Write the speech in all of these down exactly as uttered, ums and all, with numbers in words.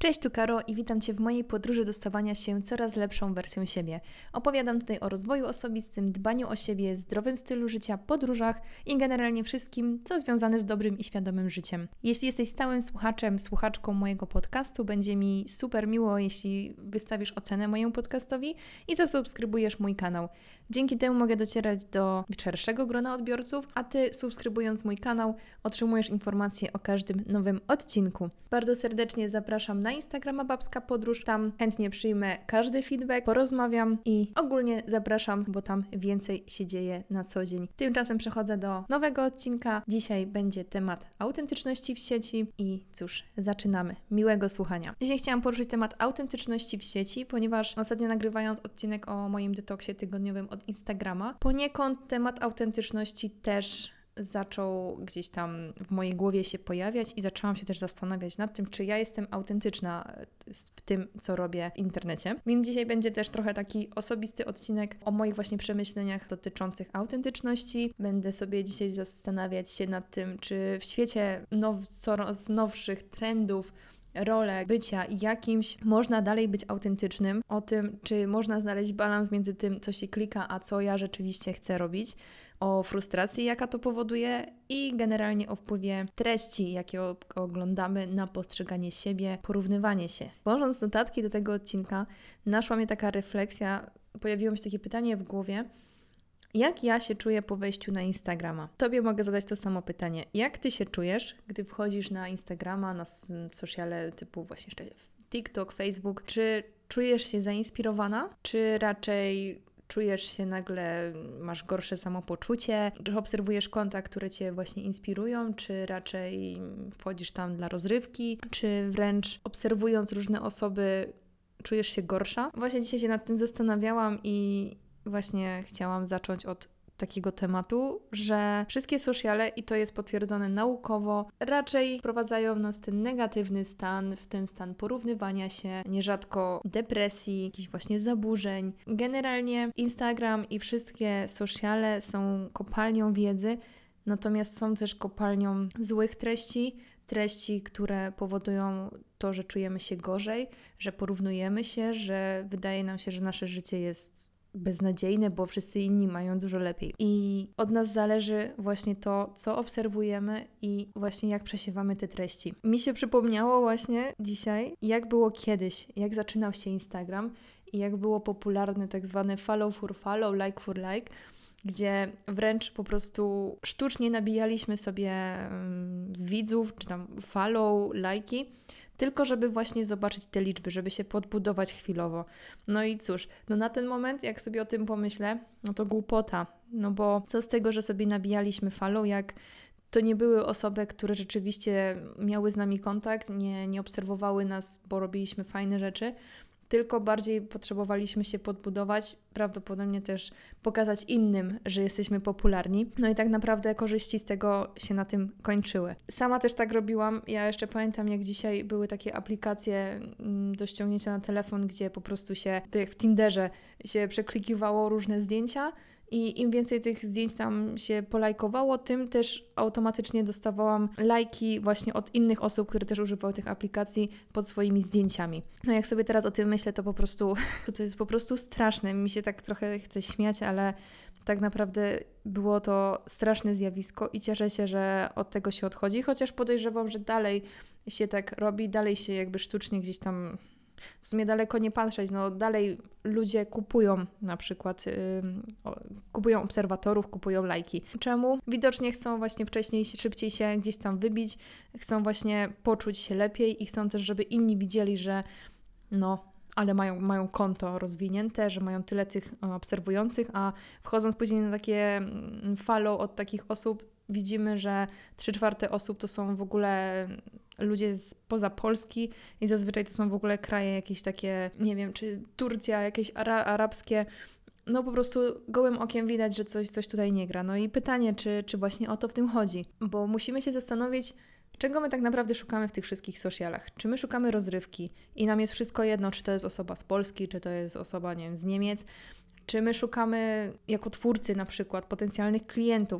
Cześć, tu Karo i witam Cię w mojej podróży do stawania się coraz lepszą wersją siebie. Opowiadam tutaj o rozwoju osobistym, dbaniu o siebie, zdrowym stylu życia, podróżach i generalnie wszystkim, co związane z dobrym i świadomym życiem. Jeśli jesteś stałym słuchaczem, słuchaczką mojego podcastu, będzie mi super miło, jeśli wystawisz ocenę mojemu podcastowi i zasubskrybujesz mój kanał. Dzięki temu mogę docierać do szerszego grona odbiorców, a Ty, subskrybując mój kanał, otrzymujesz informacje o każdym nowym odcinku. Bardzo serdecznie zapraszam na Instagrama Babska Podróż, tam chętnie przyjmę każdy feedback, porozmawiam i ogólnie zapraszam, bo tam więcej się dzieje na co dzień. Tymczasem przechodzę do nowego odcinka. Dzisiaj będzie temat autentyczności w sieci i cóż, zaczynamy. Miłego słuchania. Dzisiaj chciałam poruszyć temat autentyczności w sieci, ponieważ ostatnio nagrywając odcinek o moim detoksie tygodniowym od Instagrama, poniekąd temat autentyczności też zaczął gdzieś tam w mojej głowie się pojawiać i zaczęłam się też zastanawiać nad tym, czy ja jestem autentyczna w tym, co robię w internecie. Więc dzisiaj będzie też trochę taki osobisty odcinek o moich właśnie przemyśleniach dotyczących autentyczności. Będę sobie dzisiaj zastanawiać się nad tym, czy w świecie now, coraz nowszych trendów, rolę bycia jakimś można dalej być autentycznym, o tym, czy można znaleźć balans między tym, co się klika, a co ja rzeczywiście chcę robić, o frustracji, jaka to powoduje i generalnie o wpływie treści, jakie oglądamy na postrzeganie siebie, porównywanie się. Tworząc notatki do tego odcinka, naszła mnie taka refleksja, pojawiło mi się takie pytanie w głowie, jak ja się czuję po wejściu na Instagrama? Tobie mogę zadać to samo pytanie. Jak Ty się czujesz, gdy wchodzisz na Instagrama, na sociale typu właśnie jeszcze TikTok, Facebook? Czy czujesz się zainspirowana? Czy raczej czujesz się nagle, masz gorsze samopoczucie? Czy obserwujesz konta, które Cię właśnie inspirują? Czy raczej wchodzisz tam dla rozrywki? Czy wręcz obserwując różne osoby czujesz się gorsza? Właśnie dzisiaj się nad tym zastanawiałam i właśnie chciałam zacząć od takiego tematu, że wszystkie sociale, i to jest potwierdzone naukowo, raczej wprowadzają nas w ten negatywny stan, w ten stan porównywania się, nierzadko depresji, jakichś właśnie zaburzeń. Generalnie Instagram i wszystkie sociale są kopalnią wiedzy, natomiast są też kopalnią złych treści, treści, które powodują to, że czujemy się gorzej, że porównujemy się, że wydaje nam się, że nasze życie jest beznadziejne, bo wszyscy inni mają dużo lepiej. I od nas zależy właśnie to, co obserwujemy i właśnie jak przesiewamy te treści. Mi się przypomniało właśnie dzisiaj, jak było kiedyś, jak zaczynał się Instagram i jak było popularne tak zwane follow for follow, like for like, gdzie wręcz po prostu sztucznie nabijaliśmy sobie um, widzów, czy tam follow, lajki, tylko żeby właśnie zobaczyć te liczby, żeby się podbudować chwilowo. No i cóż, no na ten moment, jak sobie o tym pomyślę, no to głupota, no bo co z tego, że sobie nabijaliśmy follow, jak to nie były osoby, które rzeczywiście miały z nami kontakt, nie, nie obserwowały nas, bo robiliśmy fajne rzeczy, tylko bardziej potrzebowaliśmy się podbudować, prawdopodobnie też pokazać innym, że jesteśmy popularni. No i tak naprawdę korzyści z tego się na tym kończyły. Sama też tak robiłam. Ja jeszcze pamiętam, jak dzisiaj były takie aplikacje do ściągnięcia na telefon, gdzie po prostu się, tak jak w Tinderze, się przeklikiwało różne zdjęcia i im więcej tych zdjęć tam się polajkowało, tym też automatycznie dostawałam lajki właśnie od innych osób, które też używały tych aplikacji pod swoimi zdjęciami. No jak sobie teraz o tym myślę, to po prostu to jest po prostu straszne. Mi się tak trochę chce śmiać, ale tak naprawdę było to straszne zjawisko i cieszę się, że od tego się odchodzi, chociaż podejrzewam, że dalej się tak robi, dalej się jakby sztucznie gdzieś tam w sumie daleko nie patrzeć, no dalej ludzie kupują na przykład, yy, o, kupują obserwatorów, kupują lajki. Czemu? Widocznie chcą właśnie wcześniej, szybciej się gdzieś tam wybić, chcą właśnie poczuć się lepiej i chcą też, żeby inni widzieli, że no, ale mają, mają konto rozwinięte, że mają tyle tych obserwujących, a wchodząc później na takie follow od takich osób, widzimy, że trzy czwarte osób to są w ogóle ludzie spoza Polski i zazwyczaj to są w ogóle kraje jakieś takie, nie wiem, czy Turcja, jakieś ara- arabskie. No po prostu gołym okiem widać, że coś, coś tutaj nie gra. No i pytanie, czy, czy właśnie o to w tym chodzi? Bo musimy się zastanowić, czego my tak naprawdę szukamy w tych wszystkich socialach. Czy my szukamy rozrywki i nam jest wszystko jedno, czy to jest osoba z Polski, czy to jest osoba, nie wiem, z Niemiec, czy my szukamy jako twórcy na przykład potencjalnych klientów,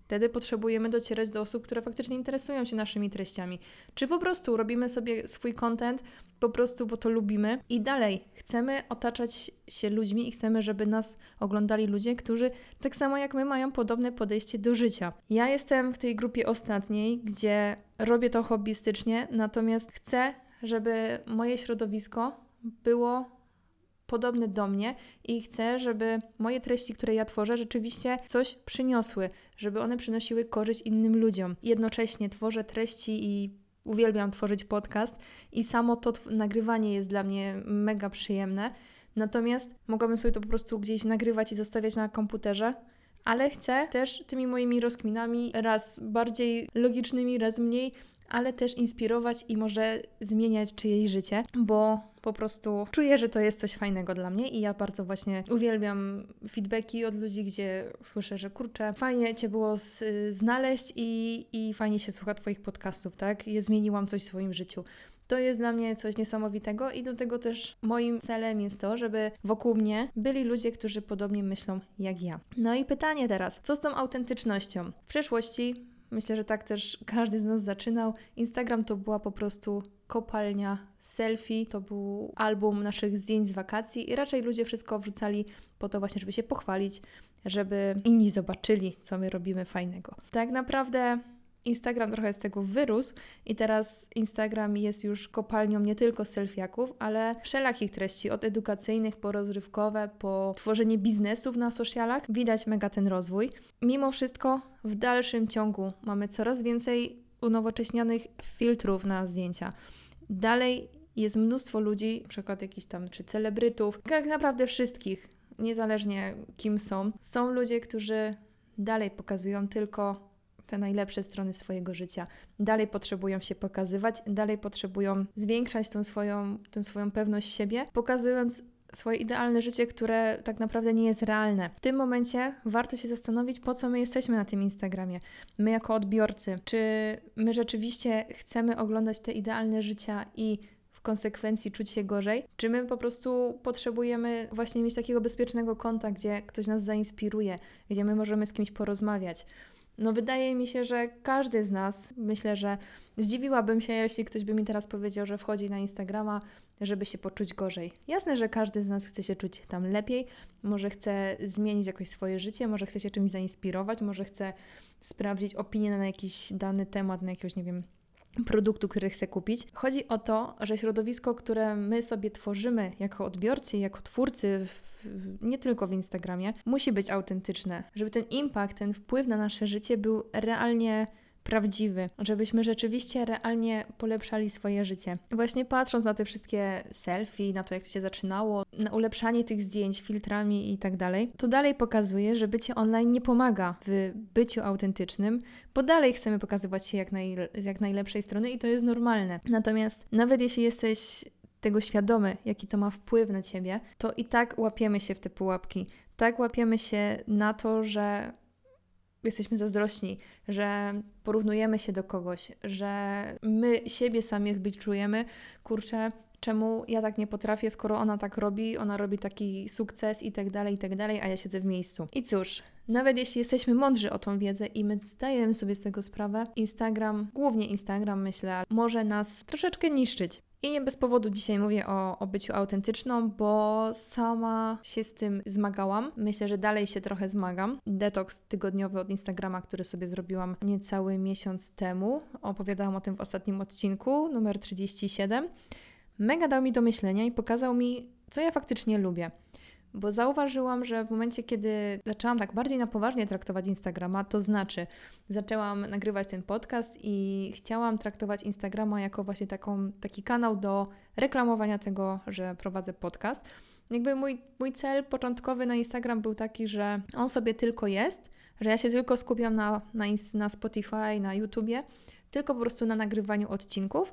Wtedy potrzebujemy docierać do osób, które faktycznie interesują się naszymi treściami. Czy po prostu robimy sobie swój content po prostu, bo to lubimy i dalej chcemy otaczać się ludźmi i chcemy, żeby nas oglądali ludzie, którzy tak samo jak my mają podobne podejście do życia. Ja jestem w tej grupie ostatniej, gdzie robię to hobbystycznie, natomiast chcę, żeby moje środowisko było podobne do mnie i chcę, żeby moje treści, które ja tworzę, rzeczywiście coś przyniosły, żeby one przynosiły korzyść innym ludziom. Jednocześnie tworzę treści i uwielbiam tworzyć podcast i samo to tw- nagrywanie jest dla mnie mega przyjemne, natomiast mogłabym sobie to po prostu gdzieś nagrywać i zostawiać na komputerze, ale chcę też tymi moimi rozkminami, raz bardziej logicznymi, raz mniej, ale też inspirować i może zmieniać czyjeś życie, bo po prostu czuję, że to jest coś fajnego dla mnie i ja bardzo właśnie uwielbiam feedbacki od ludzi, gdzie słyszę, że kurczę, fajnie Cię było z, znaleźć i, i fajnie się słucha Twoich podcastów, tak? Ja zmieniłam coś w swoim życiu. To jest dla mnie coś niesamowitego i dlatego też moim celem jest to, żeby wokół mnie byli ludzie, którzy podobnie myślą jak ja. No i pytanie teraz, co z tą autentycznością? W przeszłości myślę, że tak też każdy z nas zaczynał. Instagram to była po prostu kopalnia selfie, to był album naszych zdjęć z wakacji i raczej ludzie wszystko wrzucali po to właśnie, żeby się pochwalić, żeby inni zobaczyli, co my robimy fajnego. Tak naprawdę Instagram trochę z tego wyrósł i teraz Instagram jest już kopalnią nie tylko selfiaków, ale wszelakich treści, od edukacyjnych po rozrywkowe, po tworzenie biznesów na socialach. Widać mega ten rozwój. Mimo wszystko w dalszym ciągu mamy coraz więcej unowocześnionych filtrów na zdjęcia. Dalej jest mnóstwo ludzi, na przykład jakichś tam czy celebrytów, tak naprawdę wszystkich, niezależnie kim są. Są ludzie, którzy dalej pokazują tylko te najlepsze strony swojego życia. Dalej potrzebują się pokazywać, dalej potrzebują zwiększać tą swoją, tą swoją pewność siebie, pokazując swoje idealne życie, które tak naprawdę nie jest realne. W tym momencie warto się zastanowić, po co my jesteśmy na tym Instagramie. My jako odbiorcy, czy my rzeczywiście chcemy oglądać te idealne życia i w konsekwencji czuć się gorzej, czy my po prostu potrzebujemy właśnie mieć takiego bezpiecznego konta, gdzie ktoś nas zainspiruje, gdzie my możemy z kimś porozmawiać. No wydaje mi się, że każdy z nas, myślę, że zdziwiłabym się, jeśli ktoś by mi teraz powiedział, że wchodzi na Instagrama, żeby się poczuć gorzej. Jasne, że każdy z nas chce się czuć tam lepiej, może chce zmienić jakoś swoje życie, może chce się czymś zainspirować, może chce sprawdzić opinię na jakiś dany temat, na jakiegoś, nie wiem, produktu, który chce kupić. Chodzi o to, że środowisko, które my sobie tworzymy jako odbiorcy, jako twórcy, w, nie tylko w Instagramie, musi być autentyczne, żeby ten impact, ten wpływ na nasze życie był realnie prawdziwy, żebyśmy rzeczywiście realnie polepszali swoje życie. Właśnie patrząc na te wszystkie selfie, na to jak to się zaczynało, na ulepszanie tych zdjęć filtrami i tak dalej, to dalej pokazuje, że bycie online nie pomaga w byciu autentycznym, bo dalej chcemy pokazywać się jak, naj, z jak najlepszej strony i to jest normalne. Natomiast nawet jeśli jesteś tego świadomy, jaki to ma wpływ na Ciebie, to i tak łapiemy się w te pułapki. Tak łapiemy się na to, że jesteśmy zazdrośni, że porównujemy się do kogoś, że my siebie samych być czujemy, kurczę, czemu ja tak nie potrafię, skoro ona tak robi, ona robi taki sukces i tak dalej, i tak dalej, a ja siedzę w miejscu. I cóż, nawet jeśli jesteśmy mądrzy o tą wiedzę i my zdajemy sobie z tego sprawę, Instagram, głównie Instagram myślę, może nas troszeczkę niszczyć. I nie bez powodu dzisiaj mówię o, o byciu autentyczną, bo sama się z tym zmagałam. Myślę, że dalej się trochę zmagam. Detoks tygodniowy od Instagrama, który sobie zrobiłam niecały miesiąc temu. Opowiadałam o tym w ostatnim odcinku, numer trzydzieści siedem. Mega dał mi do myślenia i pokazał mi, co ja faktycznie lubię. Bo zauważyłam, że w momencie, kiedy zaczęłam tak bardziej na poważnie traktować Instagrama, to znaczy zaczęłam nagrywać ten podcast i chciałam traktować Instagrama jako właśnie taką, taki kanał do reklamowania tego, że prowadzę podcast. Jakby mój, mój cel początkowy na Instagram był taki, że on sobie tylko jest, że ja się tylko skupiam na, na, na Spotify, na YouTubie, tylko po prostu na nagrywaniu odcinków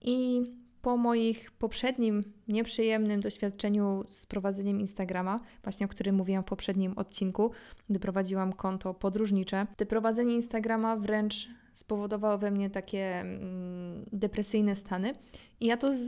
i po moich poprzednim nieprzyjemnym doświadczeniu z prowadzeniem Instagrama, właśnie o którym mówiłam w poprzednim odcinku, gdy prowadziłam konto podróżnicze, to prowadzenie Instagrama wręcz spowodowało we mnie takie mm, depresyjne stany i ja to z-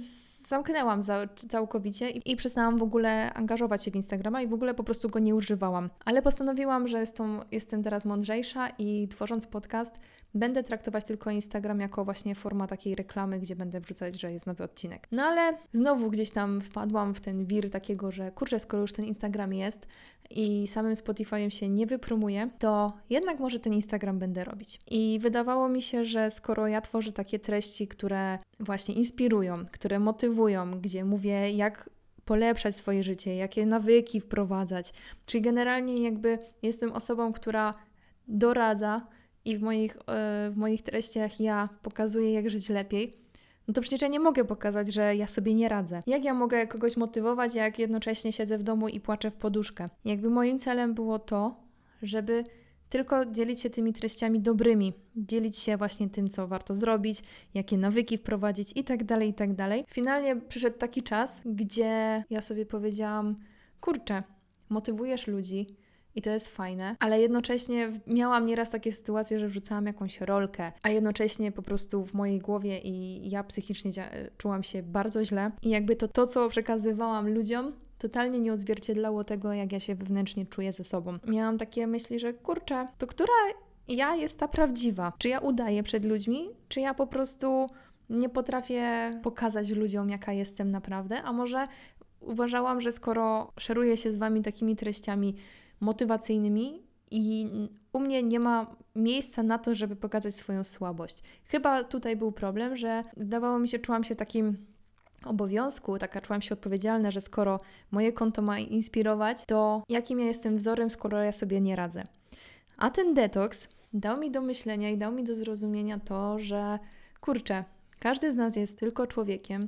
zamknęłam za, całkowicie i, i przestałam w ogóle angażować się w Instagrama i w ogóle po prostu go nie używałam. Ale postanowiłam, że jestem, jestem teraz mądrzejsza i tworząc podcast będę traktować tylko Instagram jako właśnie forma takiej reklamy, gdzie będę wrzucać, że jest nowy odcinek. No ale znowu gdzieś tam wpadłam w ten wir takiego, że kurczę, skoro już ten Instagram jest i samym Spotify'em się nie wypromuje, to jednak może ten Instagram będę robić. I wydawało mi się, że skoro ja tworzę takie treści, które właśnie inspirują, które motywują, gdzie mówię, jak polepszać swoje życie, jakie nawyki wprowadzać, czyli generalnie jakby jestem osobą, która doradza i w moich, w moich treściach ja pokazuję, jak żyć lepiej, no to przecież ja nie mogę pokazać, że ja sobie nie radzę. Jak ja mogę kogoś motywować, jak jednocześnie siedzę w domu i płaczę w poduszkę? Jakby moim celem było to, żeby tylko dzielić się tymi treściami dobrymi, dzielić się właśnie tym, co warto zrobić, jakie nawyki wprowadzić i tak dalej, i tak dalej. Finalnie przyszedł taki czas, gdzie ja sobie powiedziałam, kurczę, motywujesz ludzi, i to jest fajne, ale jednocześnie miałam nieraz takie sytuacje, że wrzucałam jakąś rolkę, a jednocześnie po prostu w mojej głowie i ja psychicznie czułam się bardzo źle i jakby to, to co przekazywałam ludziom, totalnie nie odzwierciedlało tego, jak ja się wewnętrznie czuję ze sobą. Miałam takie myśli, że kurczę, to która ja jest ta prawdziwa? Czy ja udaję przed ludźmi, czy ja po prostu nie potrafię pokazać ludziom, jaka jestem naprawdę, a może uważałam, że skoro szeruję się z Wami takimi treściami motywacyjnymi i u mnie nie ma miejsca na to, żeby pokazać swoją słabość. Chyba tutaj był problem, że wydawało mi się, czułam się takim obowiązku, taka czułam się odpowiedzialna, że skoro moje konto ma inspirować, to jakim ja jestem wzorem, skoro ja sobie nie radzę. A ten detoks dał mi do myślenia i dał mi do zrozumienia to, że kurczę, każdy z nas jest tylko człowiekiem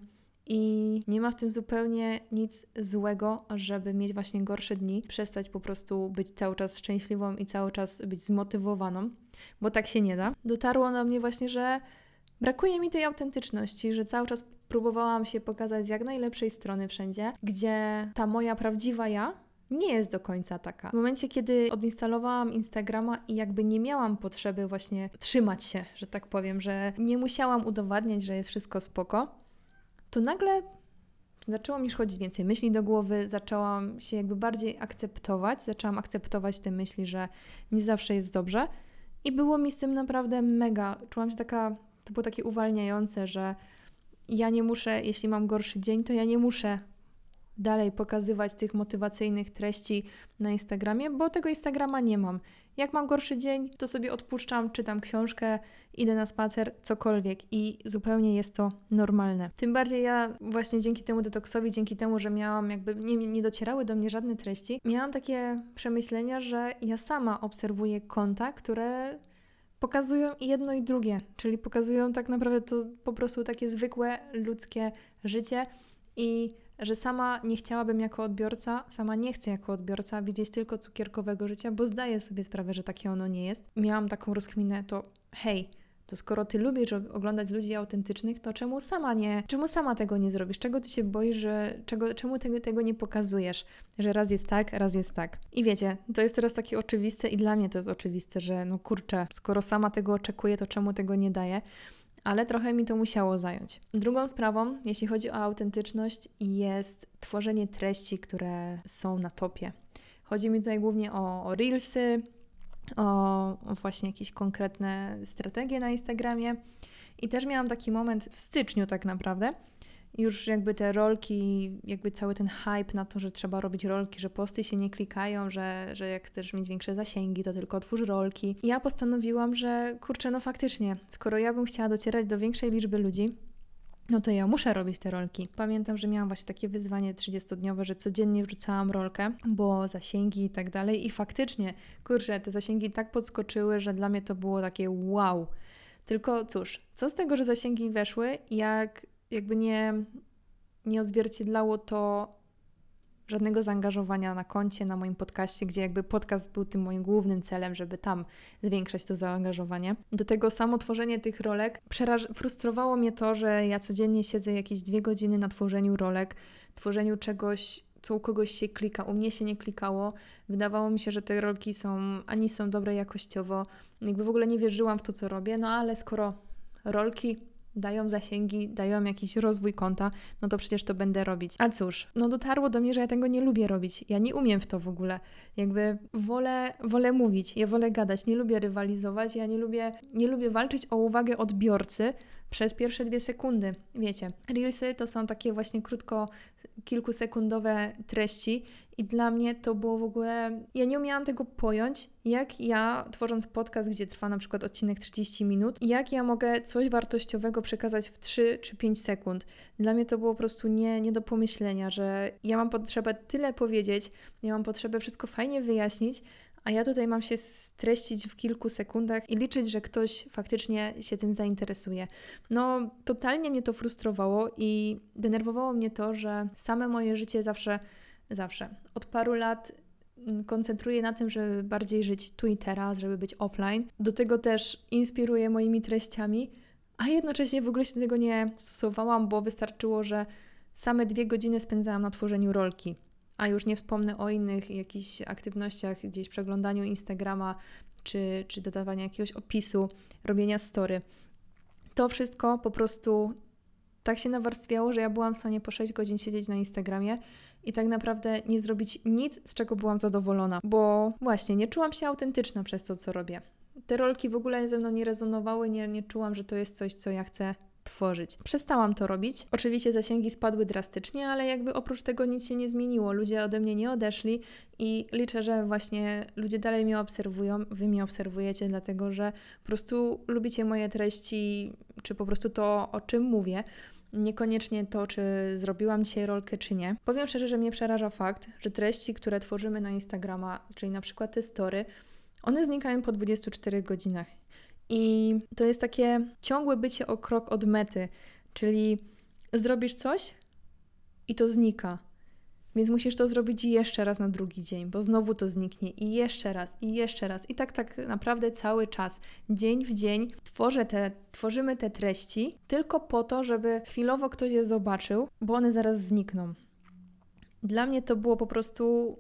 i nie ma w tym zupełnie nic złego, żeby mieć właśnie gorsze dni, przestać po prostu być cały czas szczęśliwą i cały czas być zmotywowaną, bo tak się nie da. Dotarło na mnie właśnie, że brakuje mi tej autentyczności, że cały czas próbowałam się pokazać z jak najlepszej strony wszędzie, gdzie ta moja prawdziwa ja nie jest do końca taka. W momencie, kiedy odinstalowałam Instagrama i jakby nie miałam potrzeby właśnie trzymać się, że tak powiem, że nie musiałam udowadniać, że jest wszystko spoko, to nagle zaczęło mi chodzić więcej myśli do głowy, zaczęłam się jakby bardziej akceptować, zaczęłam akceptować te myśli, że nie zawsze jest dobrze i było mi z tym naprawdę mega, czułam się taka, to było takie uwalniające, że ja nie muszę, jeśli mam gorszy dzień, to ja nie muszę dalej pokazywać tych motywacyjnych treści na Instagramie, bo tego Instagrama nie mam. Jak mam gorszy dzień, to sobie odpuszczam, czytam książkę, idę na spacer, cokolwiek i zupełnie jest to normalne. Tym bardziej ja właśnie dzięki temu detoksowi, dzięki temu, że miałam jakby, nie, nie docierały do mnie żadne treści, miałam takie przemyślenia, że ja sama obserwuję konta, które pokazują i jedno i drugie, czyli pokazują tak naprawdę to po prostu takie zwykłe ludzkie życie i że sama nie chciałabym jako odbiorca, sama nie chcę jako odbiorca widzieć tylko cukierkowego życia, bo zdaję sobie sprawę, że takie ono nie jest. Miałam taką rozkminę, to hej, to skoro Ty lubisz oglądać ludzi autentycznych, to czemu sama nie, czemu sama tego nie zrobisz? Czego Ty się boisz, że, czego, czemu tego, tego nie pokazujesz? Że raz jest tak, raz jest tak. I wiecie, to jest teraz takie oczywiste i dla mnie to jest oczywiste, że no kurczę, skoro sama tego oczekuję, to czemu tego nie daję? Ale trochę mi to musiało zająć. Drugą sprawą, jeśli chodzi o autentyczność, jest tworzenie treści, które są na topie. Chodzi mi tutaj głównie o, o reelsy, o, o właśnie jakieś konkretne strategie na Instagramie. I też miałam taki moment w styczniu tak naprawdę, już jakby te rolki, jakby cały ten hype na to, że trzeba robić rolki, że posty się nie klikają, że, że jak chcesz mieć większe zasięgi, to tylko otwórz rolki. I ja postanowiłam, że kurczę, no faktycznie, skoro ja bym chciała docierać do większej liczby ludzi, no to ja muszę robić te rolki. Pamiętam, że miałam właśnie takie wyzwanie trzydziestodniowe, że codziennie wrzucałam rolkę, bo zasięgi i tak dalej i faktycznie, kurczę, te zasięgi tak podskoczyły, że dla mnie to było takie wow. Tylko cóż, co z tego, że zasięgi weszły, jak jakby nie, nie odzwierciedlało to żadnego zaangażowania na koncie, na moim podcaście, gdzie jakby podcast był tym moim głównym celem, żeby tam zwiększać to zaangażowanie. Do tego samo tworzenie tych rolek przeraż- frustrowało mnie to, że ja codziennie siedzę jakieś dwie godziny na tworzeniu rolek, tworzeniu czegoś, co u kogoś się klika, u mnie się nie klikało. Wydawało mi się, że te rolki są ani są dobre jakościowo, jakby w ogóle nie wierzyłam w to, co robię, no ale skoro rolki dają zasięgi, dają jakiś rozwój konta, no to przecież to będę robić. A cóż, no dotarło do mnie, że ja tego nie lubię robić. Ja nie umiem w to w ogóle. Jakby wolę, wolę mówić, ja wolę gadać, nie lubię rywalizować, ja nie lubię, nie lubię walczyć o uwagę odbiorcy przez pierwsze dwie sekundy. Wiecie, Reelsy to są takie właśnie krótko, kilkusekundowe treści i dla mnie to było w ogóle... Ja nie umiałam tego pojąć, jak ja, tworząc podcast, gdzie trwa na przykład odcinek trzydzieści minut, jak ja mogę coś wartościowego przekazać w trzy czy pięć sekund. Dla mnie to było po prostu nie, nie do pomyślenia, że ja mam potrzebę tyle powiedzieć, ja mam potrzebę wszystko fajnie wyjaśnić, a ja tutaj mam się streścić w kilku sekundach i liczyć, że ktoś faktycznie się tym zainteresuje. No, totalnie mnie to frustrowało i denerwowało mnie to, że same moje życie zawsze, zawsze, od paru lat koncentruję na tym, żeby bardziej żyć tu i teraz, żeby być offline. Do tego też inspiruję moimi treściami, a jednocześnie w ogóle się do tego nie stosowałam, bo wystarczyło, że same dwie godziny spędzałam na tworzeniu rolki. A już nie wspomnę o innych jakichś aktywnościach, gdzieś przeglądaniu Instagrama, czy, czy dodawania jakiegoś opisu, robienia story. To wszystko po prostu tak się nawarstwiało, że ja byłam w stanie po sześć godzin siedzieć na Instagramie i tak naprawdę nie zrobić nic, z czego byłam zadowolona, bo właśnie nie czułam się autentyczna przez to, co robię. Te rolki w ogóle ze mną nie rezonowały, nie, nie czułam, że to jest coś, co ja chcę tworzyć. Przestałam to robić. Oczywiście zasięgi spadły drastycznie, ale jakby oprócz tego nic się nie zmieniło. Ludzie ode mnie nie odeszli i liczę, że właśnie ludzie dalej mnie obserwują, wy mnie obserwujecie, dlatego że po prostu lubicie moje treści, czy po prostu to, o czym mówię. Niekoniecznie to, czy zrobiłam dzisiaj rolkę, czy nie. Powiem szczerze, że mnie przeraża fakt, że treści, które tworzymy na Instagrama, czyli na przykład te story, one znikają po dwudziestu czterech godzinach. I to jest takie ciągłe bycie o krok od mety, czyli zrobisz coś i to znika. Więc musisz to zrobić jeszcze raz na drugi dzień, bo znowu to zniknie i jeszcze raz, i jeszcze raz. I tak tak naprawdę cały czas, dzień w dzień tworzę te, tworzymy te treści tylko po to, żeby chwilowo ktoś je zobaczył, bo one zaraz znikną. Dla mnie to było po prostu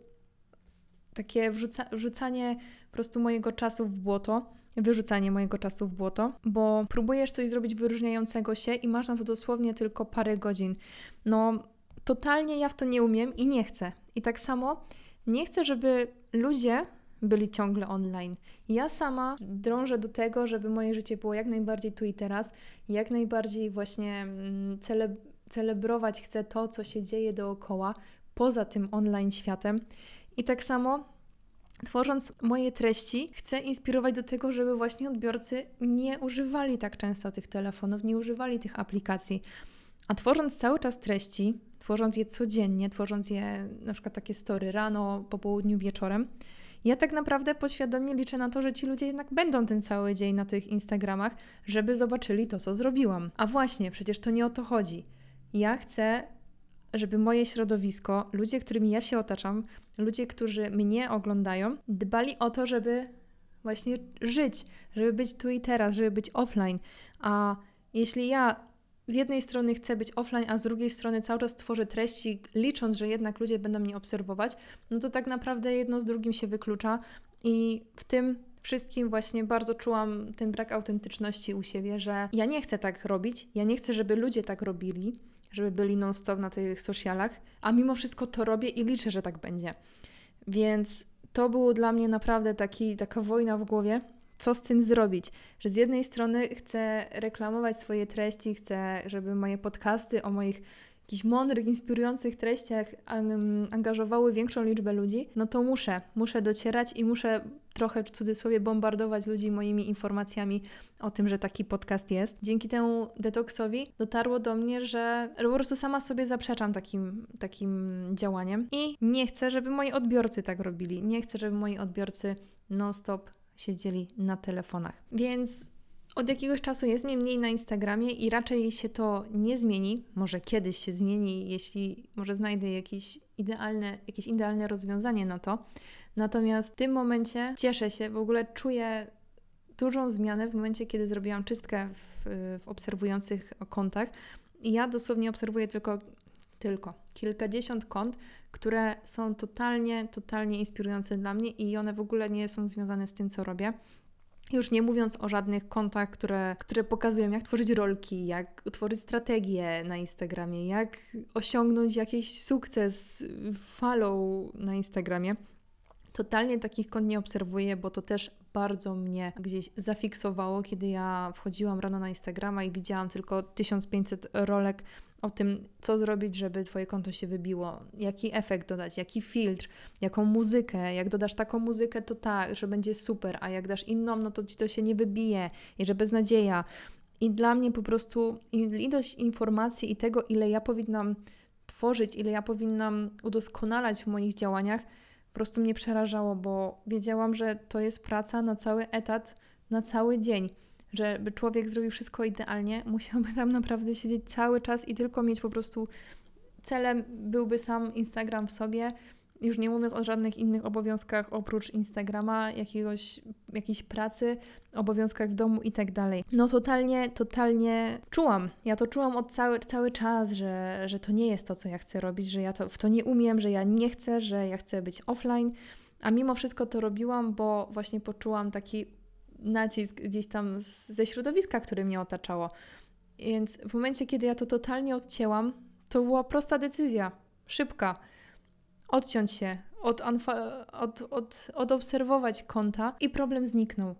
takie wrzuca, wrzucanie po prostu mojego czasu w błoto, wyrzucanie mojego czasu w błoto, bo próbujesz coś zrobić wyróżniającego się i masz na to dosłownie tylko parę godzin. No, totalnie ja w to nie umiem i nie chcę. I tak samo nie chcę, żeby ludzie byli ciągle online. Ja sama drążę do tego, żeby moje życie było jak najbardziej tu i teraz, jak najbardziej właśnie cele, celebrować chcę to, co się dzieje dookoła, poza tym online światem. I tak samo tworząc moje treści, chcę inspirować do tego, żeby właśnie odbiorcy nie używali tak często tych telefonów, nie używali tych aplikacji. A tworząc cały czas treści, tworząc je codziennie, tworząc je na przykład takie story rano, po południu, wieczorem, ja tak naprawdę podświadomie liczę na to, że ci ludzie jednak będą ten cały dzień na tych Instagramach, żeby zobaczyli to, co zrobiłam. A właśnie, przecież to nie o to chodzi. Ja chcę, żeby moje środowisko, ludzie, którymi ja się otaczam, ludzie, którzy mnie oglądają, dbali o to, żeby właśnie żyć, żeby być tu i teraz, żeby być offline. A jeśli ja z jednej strony chcę być offline, a z drugiej strony cały czas tworzę treści, licząc, że jednak ludzie będą mnie obserwować, no to tak naprawdę jedno z drugim się wyklucza i w tym wszystkim właśnie bardzo czułam ten brak autentyczności u siebie, że ja nie chcę tak robić, ja nie chcę, żeby ludzie tak robili, żeby byli non-stop na tych socialach, a mimo wszystko to robię i liczę, że tak będzie. Więc to było dla mnie naprawdę taki, taka wojna w głowie, co z tym zrobić, że z jednej strony chcę reklamować swoje treści, chcę, żeby moje podcasty o moich jakichś mądrych, inspirujących treściach angażowały większą liczbę ludzi, no to muszę, muszę docierać i muszę trochę w cudzysłowie bombardować ludzi moimi informacjami o tym, że taki podcast jest. Dzięki temu detoksowi dotarło do mnie, że po prostu sama sobie zaprzeczam takim, takim działaniem i nie chcę, żeby moi odbiorcy tak robili. Nie chcę, żeby moi odbiorcy non-stop siedzieli na telefonach. Więc od jakiegoś czasu jest mnie mniej na Instagramie i raczej się to nie zmieni. Może kiedyś się zmieni, jeśli może znajdę jakieś idealne, jakieś idealne rozwiązanie na to. Natomiast w tym momencie cieszę się, w ogóle czuję dużą zmianę w momencie, kiedy zrobiłam czystkę w, w obserwujących kontach. I ja dosłownie obserwuję tylko, tylko kilkadziesiąt kont, które są totalnie, totalnie inspirujące dla mnie i one w ogóle nie są związane z tym, co robię. Już nie mówiąc o żadnych kontach, które, które pokazują, jak tworzyć rolki, jak tworzyć strategię na Instagramie, jak osiągnąć jakiś sukces, follow na Instagramie. Totalnie takich kont nie obserwuję, bo to też bardzo mnie gdzieś zafiksowało, kiedy ja wchodziłam rano na Instagrama i widziałam tylko tysiąc pięćset rolek o tym, co zrobić, żeby Twoje konto się wybiło, jaki efekt dodać, jaki filtr, jaką muzykę. Jak dodasz taką muzykę, to tak, że będzie super, a jak dasz inną, no to Ci to się nie wybije i że beznadzieja. I dla mnie po prostu ilość informacji i tego, ile ja powinnam tworzyć, ile ja powinnam udoskonalać w moich działaniach, po prostu mnie przerażało, bo wiedziałam, że to jest praca na cały etat, na cały dzień. Żeby człowiek zrobił wszystko idealnie, musiałby tam naprawdę siedzieć cały czas i tylko mieć po prostu celem byłby sam Instagram w sobie, już nie mówiąc o żadnych innych obowiązkach oprócz Instagrama, jakiegoś, jakiejś pracy, obowiązkach w domu i tak dalej. No totalnie, totalnie czułam. Ja to czułam od cały, cały czas, że, że to nie jest to, co ja chcę robić, że ja to, w to nie umiem, że ja nie chcę, że ja chcę być offline, a mimo wszystko to robiłam, bo właśnie poczułam taki nacisk gdzieś tam z, ze środowiska, które mnie otaczało. Więc w momencie, kiedy ja to totalnie odcięłam, to była prosta decyzja, szybka. Odciąć się, od, od, od, odobserwować konta i problem zniknął.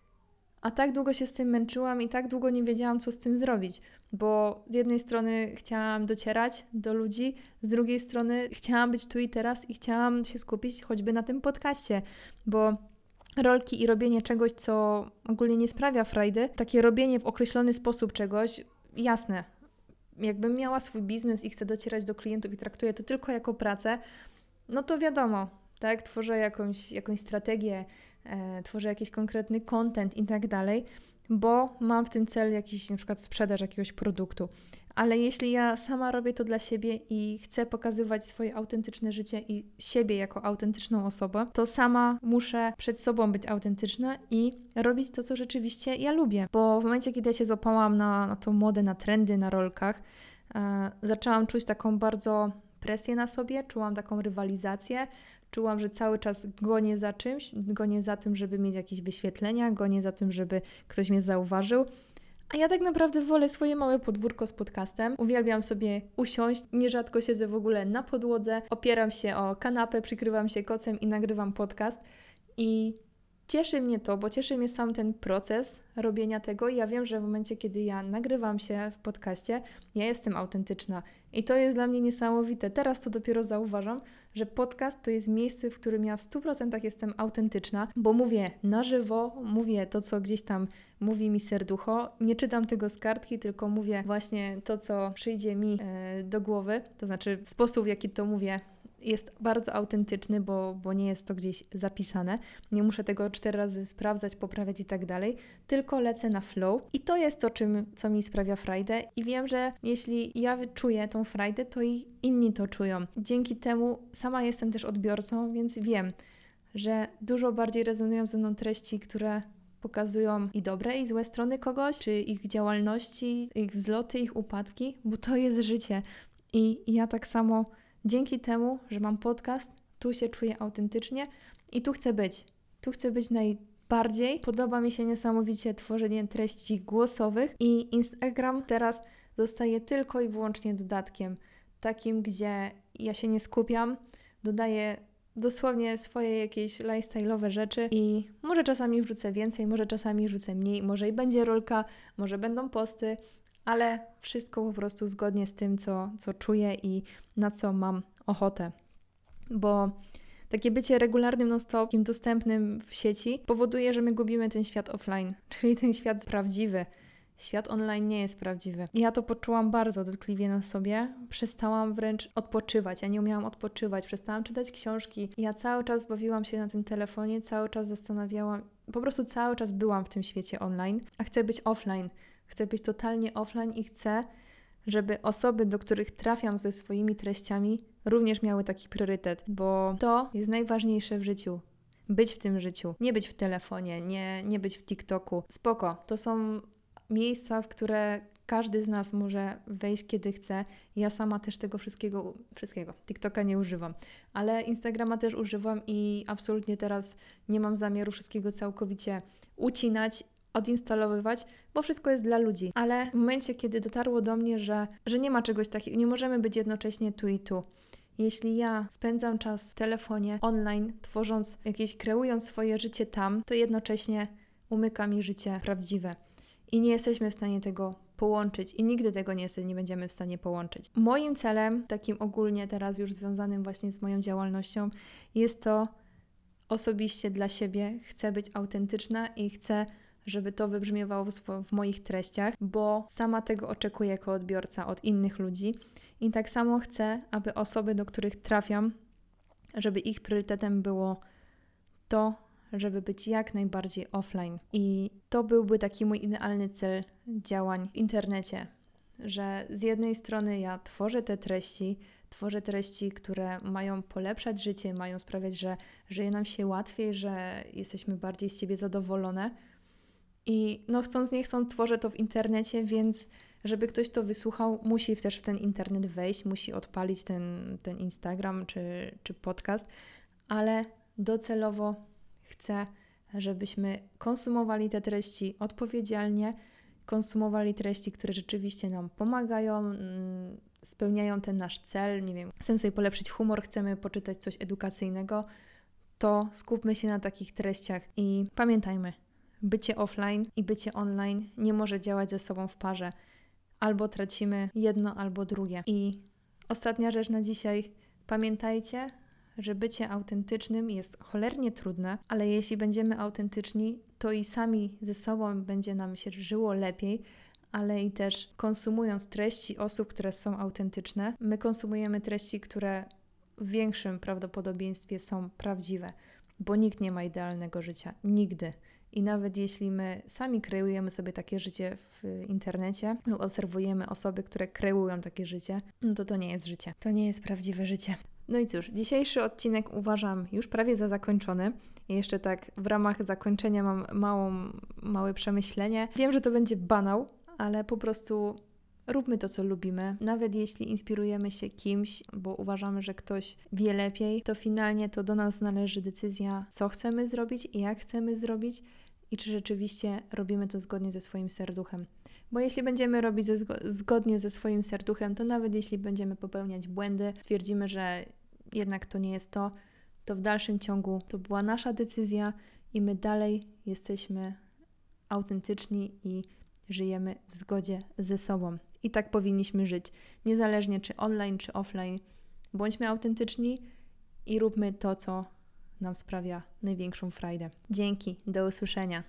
A tak długo się z tym męczyłam i tak długo nie wiedziałam, co z tym zrobić, bo z jednej strony chciałam docierać do ludzi, z drugiej strony chciałam być tu i teraz i chciałam się skupić choćby na tym podcaście, bo rolki i robienie czegoś, co ogólnie nie sprawia frajdy, takie robienie w określony sposób czegoś, jasne, jakbym miała swój biznes i chcę docierać do klientów i traktuję to tylko jako pracę, no to wiadomo, tak, tworzę jakąś, jakąś strategię, e, tworzę jakiś konkretny content i tak dalej, bo mam w tym cel jakiś na przykład sprzedaż jakiegoś produktu. Ale jeśli ja sama robię to dla siebie i chcę pokazywać swoje autentyczne życie i siebie jako autentyczną osobę, to sama muszę przed sobą być autentyczna i robić to, co rzeczywiście ja lubię. Bo w momencie, kiedy ja się złapałam na, na tą modę, na trendy na rolkach, e, zaczęłam czuć taką bardzo presję na sobie, czułam taką rywalizację, czułam, że cały czas gonię za czymś, gonię za tym, żeby mieć jakieś wyświetlenia, gonię za tym, żeby ktoś mnie zauważył. A ja tak naprawdę wolę swoje małe podwórko z podcastem. Uwielbiam sobie usiąść, nierzadko siedzę w ogóle na podłodze, opieram się o kanapę, przykrywam się kocem i nagrywam podcast. I cieszy mnie to, bo cieszy mnie sam ten proces robienia tego i ja wiem, że w momencie, kiedy ja nagrywam się w podcaście, ja jestem autentyczna. I to jest dla mnie niesamowite. Teraz to dopiero zauważam, że podcast to jest miejsce, w którym ja w stu procentach jestem autentyczna, bo mówię na żywo, mówię to, co gdzieś tam mówi mi serducho. Nie czytam tego z kartki, tylko mówię właśnie to, co przyjdzie mi e, do głowy. To znaczy sposób, w jaki to mówię, jest bardzo autentyczny, bo, bo nie jest to gdzieś zapisane. Nie muszę tego cztery razy sprawdzać, poprawiać i tak dalej, tylko lecę na flow. I to jest to, czym, co mi sprawia frajdę i wiem, że jeśli ja czuję tą frajdę, to i inni to czują. Dzięki temu sama jestem też odbiorcą, więc wiem, że dużo bardziej rezonują ze mną treści, które pokazują i dobre, i złe strony kogoś, czy ich działalności, ich wzloty, ich upadki, bo to jest życie. I ja tak samo dzięki temu, że mam podcast, tu się czuję autentycznie i tu chcę być. Tu chcę być najbardziej. Podoba mi się niesamowicie tworzenie treści głosowych i Instagram teraz zostaje tylko i wyłącznie dodatkiem. Takim, gdzie ja się nie skupiam, dodaję dosłownie swoje jakieś lifestyle'owe rzeczy i może czasami wrzucę więcej, może czasami wrzucę mniej, może i będzie rolka, może będą posty, ale wszystko po prostu zgodnie z tym, co, co czuję i na co mam ochotę. Bo takie bycie regularnym, non-stop, dostępnym w sieci powoduje, że my gubimy ten świat offline, czyli ten świat prawdziwy. Świat online nie jest prawdziwy. Ja to poczułam bardzo dotkliwie na sobie. Przestałam wręcz odpoczywać. Ja nie umiałam odpoczywać. Przestałam czytać książki. Ja cały czas bawiłam się na tym telefonie, cały czas zastanawiałam, po prostu cały czas byłam w tym świecie online, a chcę być offline. Chcę być totalnie offline i chcę, żeby osoby, do których trafiam ze swoimi treściami, również miały taki priorytet, bo to jest najważniejsze w życiu. Być w tym życiu. Nie być w telefonie, nie, nie być w TikToku. Spoko, to są miejsca, w które Każdy z nas może wejść kiedy chce. Ja sama też tego wszystkiego, wszystkiego, TikToka nie używam, ale Instagrama też używam i absolutnie teraz nie mam zamiaru wszystkiego całkowicie ucinać, odinstalowywać, bo wszystko jest dla ludzi. Ale w momencie, kiedy dotarło do mnie, że, że nie ma czegoś takiego, nie możemy być jednocześnie tu i tu. Jeśli ja spędzam czas w telefonie online, tworząc jakieś, kreując swoje życie tam, to jednocześnie umyka mi życie prawdziwe. I nie jesteśmy w stanie tego połączyć i nigdy tego nie, nie będziemy w stanie połączyć. Moim celem, takim ogólnie teraz już związanym właśnie z moją działalnością, jest to osobiście dla siebie. Chcę być autentyczna i chcę, żeby to wybrzmiewało w, swo- w moich treściach, bo sama tego oczekuję jako odbiorca od innych ludzi. I tak samo chcę, aby osoby, do których trafiam, żeby ich priorytetem było to, żeby być jak najbardziej offline. I to byłby taki mój idealny cel działań w internecie, że z jednej strony ja tworzę te treści, tworzę treści, które mają polepszać życie, mają sprawiać, że żyje nam się łatwiej, że jesteśmy bardziej z siebie zadowolone. I no chcąc nie chcąc tworzę to w internecie, więc żeby ktoś to wysłuchał, musi też w ten internet wejść, musi odpalić ten, ten Instagram czy, czy podcast, ale docelowo chcę, żebyśmy konsumowali te treści odpowiedzialnie, konsumowali treści, które rzeczywiście nam pomagają, spełniają ten nasz cel, nie wiem, chcemy sobie polepszyć humor, chcemy poczytać coś edukacyjnego, to skupmy się na takich treściach i pamiętajmy, bycie offline i bycie online nie może działać ze sobą w parze. Albo tracimy jedno, albo drugie. I ostatnia rzecz na dzisiaj. Pamiętajcie, że bycie autentycznym jest cholernie trudne, ale jeśli będziemy autentyczni, to i sami ze sobą będzie nam się żyło lepiej, ale i też konsumując treści osób, które są autentyczne, my konsumujemy treści, które w większym prawdopodobieństwie są prawdziwe, bo nikt nie ma idealnego życia. Nigdy. I nawet jeśli my sami kreujemy sobie takie życie w internecie lub obserwujemy osoby, które kreują takie życie, no to to nie jest życie. To nie jest prawdziwe życie. No i cóż, dzisiejszy odcinek uważam już prawie za zakończony. I jeszcze tak w ramach zakończenia mam małą, małe przemyślenie. Wiem, że to będzie banał, ale po prostu róbmy to, co lubimy. Nawet jeśli inspirujemy się kimś, bo uważamy, że ktoś wie lepiej, to finalnie to do nas należy decyzja, co chcemy zrobić i jak chcemy zrobić i czy rzeczywiście robimy to zgodnie ze swoim serduchem. Bo jeśli będziemy robić ze, zgodnie ze swoim serduchem, to nawet jeśli będziemy popełniać błędy, stwierdzimy, że jednak to nie jest to, to w dalszym ciągu to była nasza decyzja i my dalej jesteśmy autentyczni i żyjemy w zgodzie ze sobą. I tak powinniśmy żyć, niezależnie czy online, czy offline. Bądźmy autentyczni i róbmy to, co nam sprawia największą frajdę. Dzięki, do usłyszenia.